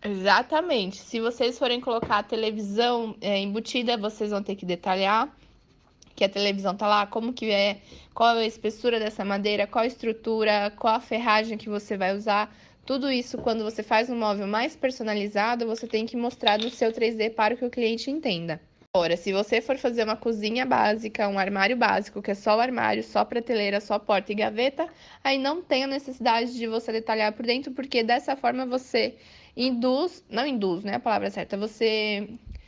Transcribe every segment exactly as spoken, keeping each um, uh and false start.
Exatamente. Se vocês forem colocar a televisão é, embutida, vocês vão ter que detalhar que a televisão tá lá, como que é, qual é a espessura dessa madeira, qual a estrutura, qual a ferragem que você vai usar. Tudo isso, quando você faz um móvel mais personalizado, você tem que mostrar no seu três D para que o cliente entenda. Agora, se você for fazer uma cozinha básica, um armário básico, que é só o armário, só prateleira, só porta e gaveta, aí não tem a necessidade de você detalhar por dentro, porque dessa forma você induz, não induz, né, a palavra certa, você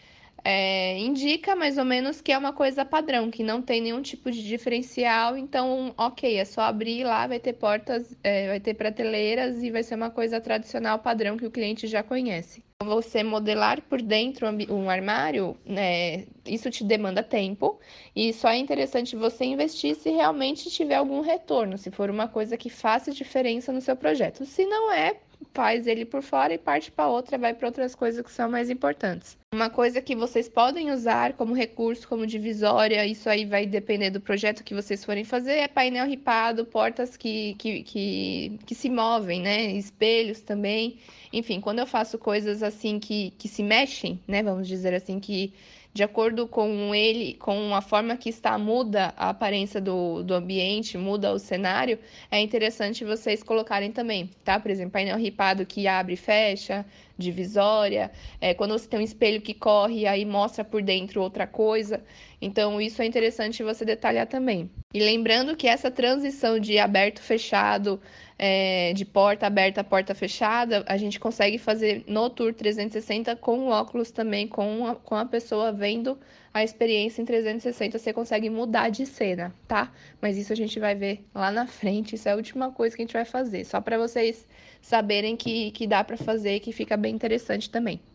é, indica mais ou menos que é uma coisa padrão, que não tem nenhum tipo de diferencial, então, ok, é só abrir lá, vai ter portas, é, vai ter prateleiras e vai ser uma coisa tradicional, padrão, que o cliente já conhece. Você modelar por dentro um armário, né, isso te demanda tempo e só é interessante você investir se realmente tiver algum retorno, se for uma coisa que faça diferença no seu projeto. Se não é, faz ele por fora e parte para outra, vai para outras coisas que são mais importantes. Uma coisa que vocês podem usar como recurso, como divisória, isso aí vai depender do projeto que vocês forem fazer, é painel ripado, portas que, que, que, que se movem, né? Espelhos também. Enfim, quando eu faço coisas assim que, que se mexem, né? Vamos dizer assim, que de acordo com ele, com a forma que está, muda a aparência do, do ambiente, muda o cenário, é interessante vocês colocarem também, tá? Por exemplo, painel ripado que abre e fecha, divisória, é, quando você tem um espelho que corre e aí mostra por dentro outra coisa. Então, isso é interessante você detalhar também. E lembrando que essa transição de aberto-fechado, é, de porta aberta a porta fechada, a gente consegue fazer no Tour trezentos e sessenta com o óculos também, com a, com a pessoa vendo a experiência em trezentos e sessenta, você consegue mudar de cena, tá? Mas isso a gente vai ver lá na frente, isso é a última coisa que a gente vai fazer, só para vocês saberem que, que dá para fazer, que fica bem interessante também.